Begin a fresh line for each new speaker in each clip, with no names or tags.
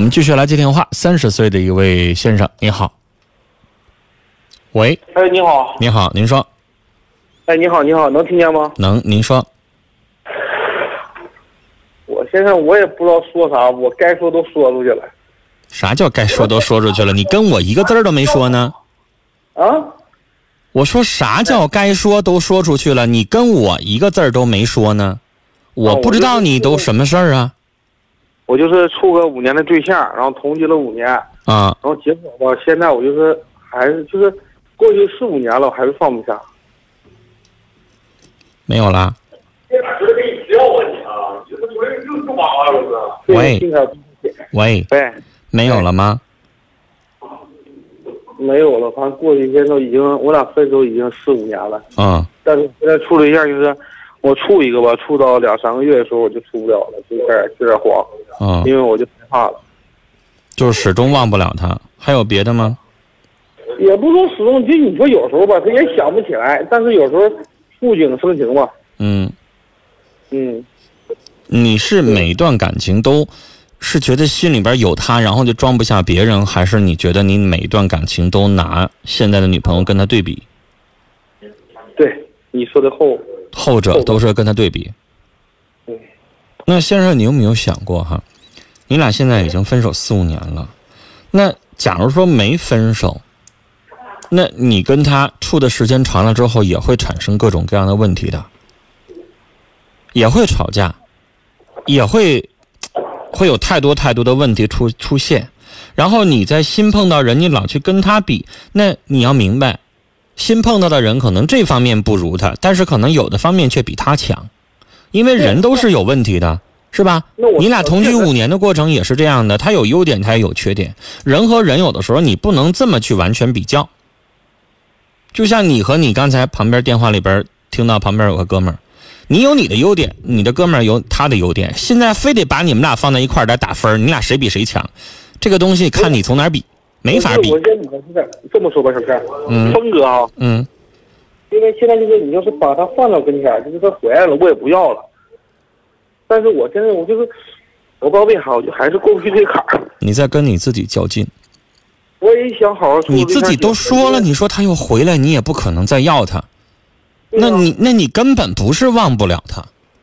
们继续来接电话。30岁的一位先生，你好。喂。
哎，你好。
你好，您说。
哎，你好，你好，能听见吗？
能，您说。
我先生，我也不知道说啥，我该说都说出去了。
啥叫该说都说出去了？你跟我一个字儿都没说呢。
啊？
我说啥叫该说都说出去了？你跟我一个字儿都没说呢。我不知道你都什么事儿啊。
我就是处个5年的对象，然后同居了5年
啊，
然后结果吧，现在我就是还是就是过去4、5年了，我还是放不下。
没有啦。喂喂，没有了吗？
没有了，反正过去现在都已经，我俩分手已经4、5年了。
嗯。
但是现在处对象就是我处一个吧，处到2、3个月的时候我就处不了了，就有点慌。
嗯。
因为我就害怕了。
就是始终忘不了他，还有别的吗？
也不说始终，就你说有时候吧，他也想不起来，但是有时候触景生情吧。
嗯。
嗯。
你是每一段感情都是觉得心里边有他，然后就装不下别人，还是你觉得你每一段感情都拿现在的女朋友跟他对比？
对，你说的
后者都是跟他对比。
对。
那先生，你有没有想过哈？你俩现在已经分手4、5年了，那假如说没分手，那你跟他处的时间长了之后，也会产生各种各样的问题的，也会吵架，也会有太多的问题出现。然后你在新碰到人，你老去跟他比，那你要明白，新碰到的人可能这方面不如他，但是可能有的方面却比他强，因为人都是有问题的，是吧？你俩同居5年的过程也是这样的，他有优点，他也有缺点。人和人有的时候你不能这么去完全比较。就像你和你刚才旁边电话里边听到旁边有个哥们儿，你有你的优点，你的哥们儿有他的优点，现在非得把你们俩放在一块儿来打分，你俩谁比谁强，这个东西看你从哪儿比，没法比。
我觉得你是这么说吧，小天，峰哥啊，因为现在就是你要是把他放到跟前，就是他回来了，我也不要了。但是我现在我就是我不知道为啥，我就还是过不去这坎儿。你
在跟你自己较劲。
我也想好好处。
你自己都说了，你说他又回来，你也不可能再要他。那你根本不是忘不了他。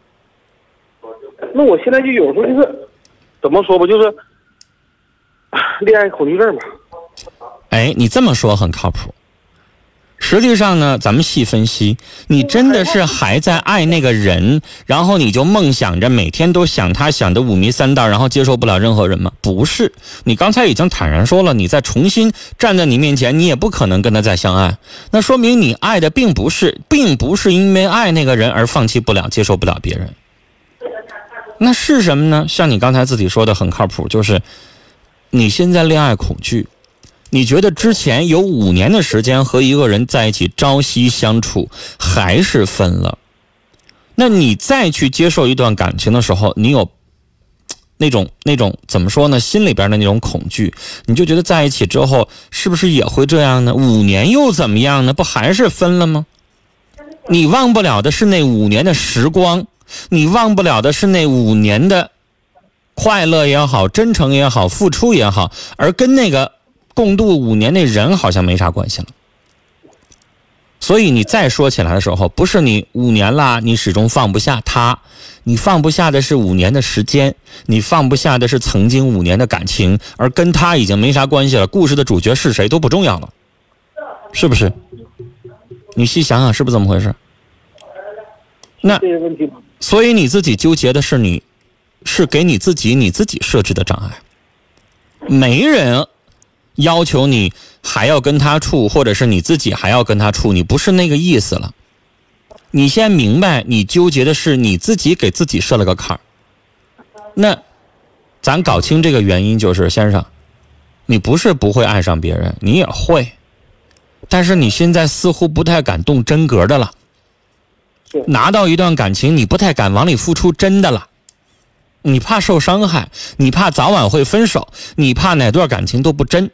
那我现在就有时候就是怎么说吧，就是恋爱恐惧症吧。
哎，你这么说很靠谱。实际上呢，咱们细分析，你真的是还在爱那个人，然后你就梦想着每天都想他，想得五迷三道，然后接受不了任何人吗？不是，你刚才已经坦然说了，你再重新站在你面前，你也不可能跟他再相爱。那说明你爱的并不是因为爱那个人而放弃不了、接受不了别人。那是什么呢？像你刚才自己说的很靠谱，就是你现在恋爱恐惧。你觉得之前有5年的时间和一个人在一起朝夕相处，还是分了，那你再去接受一段感情的时候，你有那种怎么说呢，心里边的那种恐惧，你就觉得在一起之后是不是也会这样呢？5年又怎么样呢？不还是分了吗？你忘不了的是那5年的时光，你忘不了的是那5年的快乐也好，真诚也好，付出也好，而跟那个共度5年那人好像没啥关系了。所以你再说起来的时候，不是你5年了你始终放不下他，你放不下的是5年的时间，你放不下的是曾经5年的感情，而跟他已经没啥关系了，故事的主角是谁都不重要了，是不是？你细想想是不是这么回事？那所以你自己纠结的是你是给你自己设置的障碍，没人要求你还要跟他处，或者是你自己还要跟他处，你不是那个意思了。你先明白，你纠结的是你自己给自己设了个坎儿。那咱搞清这个原因，就是先生，你不是不会爱上别人，你也会，但是你现在似乎不太敢动真格的了。拿到一段感情，你不太敢往里付出真的了。你怕受伤害，你怕早晚会分手，你怕哪段感情都不真。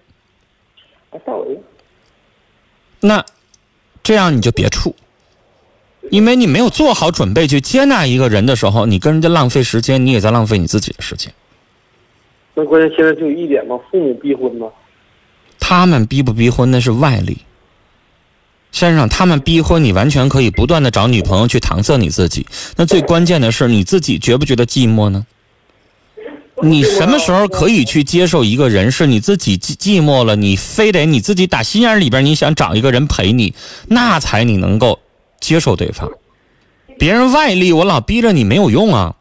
那这样你就别处，因为你没有做好准备去接纳一个人的时候，你跟人家浪费时间，你也在浪费你自己的时间。
那关键现在就有一点嘛，父母逼婚嘛。
他们逼不逼婚那是外力。先生，他们逼婚你完全可以不断的找女朋友去搪塞你自己。那最关键的是你自己觉不觉得寂寞呢？你什么时候可以去接受一个人是你自己寂寞了，你非得你自己打心眼里边你想找一个人陪你，那才你能够接受对方。别人外力我老逼着你没有用啊，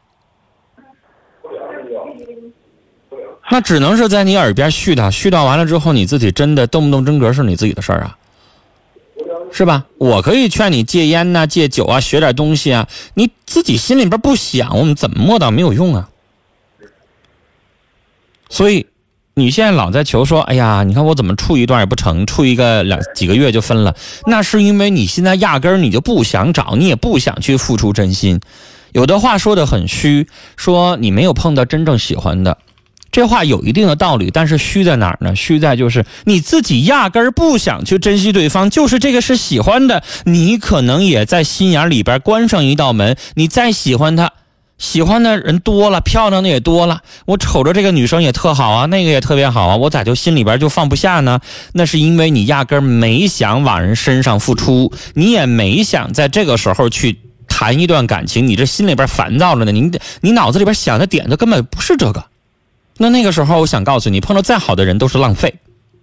那只能是在你耳边絮叨完了之后，你自己真的动不动真格是你自己的事儿啊，是吧？我可以劝你戒烟啊戒酒啊学点东西啊，你自己心里边不想，我们怎么磨叨没有用啊。所以你现在老在求说，哎呀，你看我怎么处一段也不成，处一个几个月就分了，那是因为你现在压根儿你就不想找，你也不想去付出真心。有的话说得很虚，说你没有碰到真正喜欢的，这话有一定的道理，但是虚在哪儿呢？虚在就是你自己压根儿不想去珍惜对方，就是这个是喜欢的，你可能也在心眼里边关上一道门，你再喜欢他，喜欢的人多了，漂亮的也多了，我瞅着这个女生也特好啊，那个也特别好啊，我咋就心里边就放不下呢？那是因为你压根儿没想往人身上付出，你也没想在这个时候去谈一段感情，你这心里边烦躁了呢，你脑子里边想的点子根本不是这个。那个时候我想告诉你，碰到再好的人都是浪费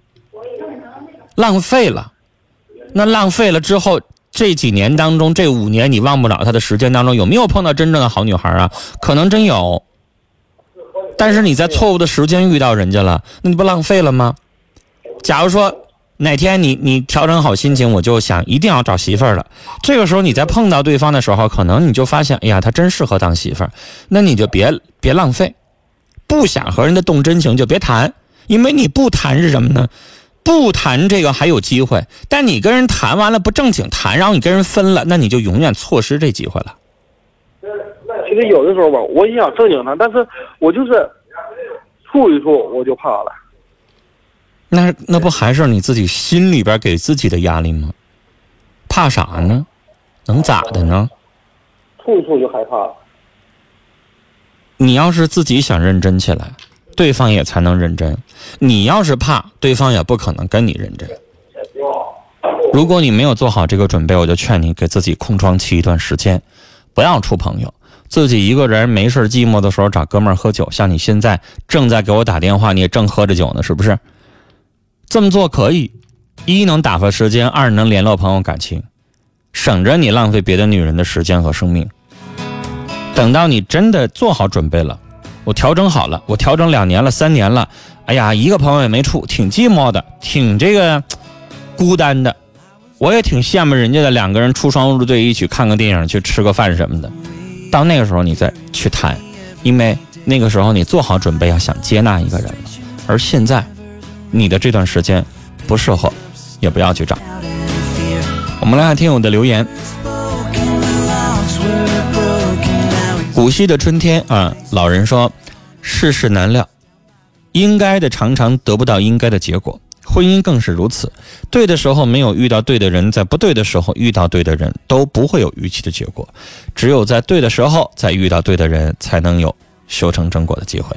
了。那浪费了之后，这几年当中，这5年你忘不了他的时间当中，有没有碰到真正的好女孩啊？可能真有，但是你在错误的时间遇到人家了，那你不浪费了吗？假如说哪天你调整好心情，我就想一定要找媳妇儿了，这个时候你在碰到对方的时候，可能你就发现，哎呀，他真适合当媳妇儿，那你就别浪费。不想和人家动真情就别谈，因为你不谈是什么呢？不谈这个还有机会，但你跟人谈完了不正经谈，然后你跟人分了，那你就永远错失这机会了。
其实有的时候吧，我也想正经谈，但是我就是处一处我就怕了。
那不还是你自己心里边给自己的压力吗？怕啥呢？能咋的呢？
处一处就害怕了。
你要是自己想认真起来，对方也才能认真。你要是怕，对方也不可能跟你认真。如果你没有做好这个准备，我就劝你给自己空窗期一段时间，不要处朋友，自己一个人没事寂寞的时候找哥们儿喝酒。像你现在正在给我打电话，你也正喝着酒呢，是不是？这么做可以，一能打发时间，二能联络朋友感情，省着你浪费别的女人的时间和生命。等到你真的做好准备了，我调整好了，我调整2年了3年了，哎呀，一个朋友也没处，挺寂寞的，挺这个孤单的，我也挺羡慕人家的2个人出双入对，一起看个电影，去吃个饭什么的。到那个时候你再去谈，因为那个时候你做好准备要想接纳一个人了。而现在你的这段时间不适合，也不要去找。我们来看听友的留言。古稀的春天啊，老人说世事难料，应该的常常得不到应该的结果，婚姻更是如此。对的时候没有遇到对的人，在不对的时候遇到对的人，都不会有预期的结果。只有在对的时候再遇到对的人，才能有修成正果的机会。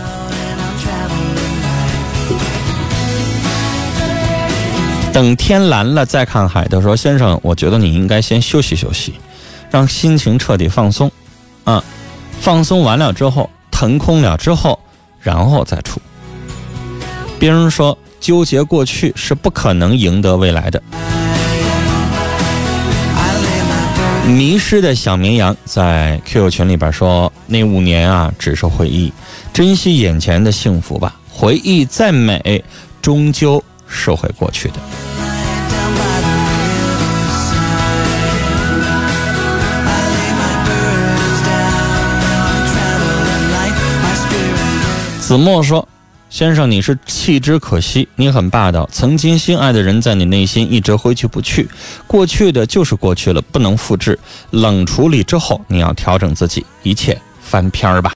等天蓝了再看海的时候，先生，我觉得你应该先休息休息，让心情彻底放松放松完了之后，腾空了之后，然后再处。别人说纠结过去是不可能赢得未来的。迷失的小绵羊在 QQ 群里边说，那5年啊只是回忆，珍惜眼前的幸福吧，回忆再美终究是会过去的。子墨说，先生，你是弃之可惜，你很霸道，曾经心爱的人在你内心一直挥去不去，过去的就是过去了，不能复制，冷处理之后你要调整自己，一切翻篇儿吧。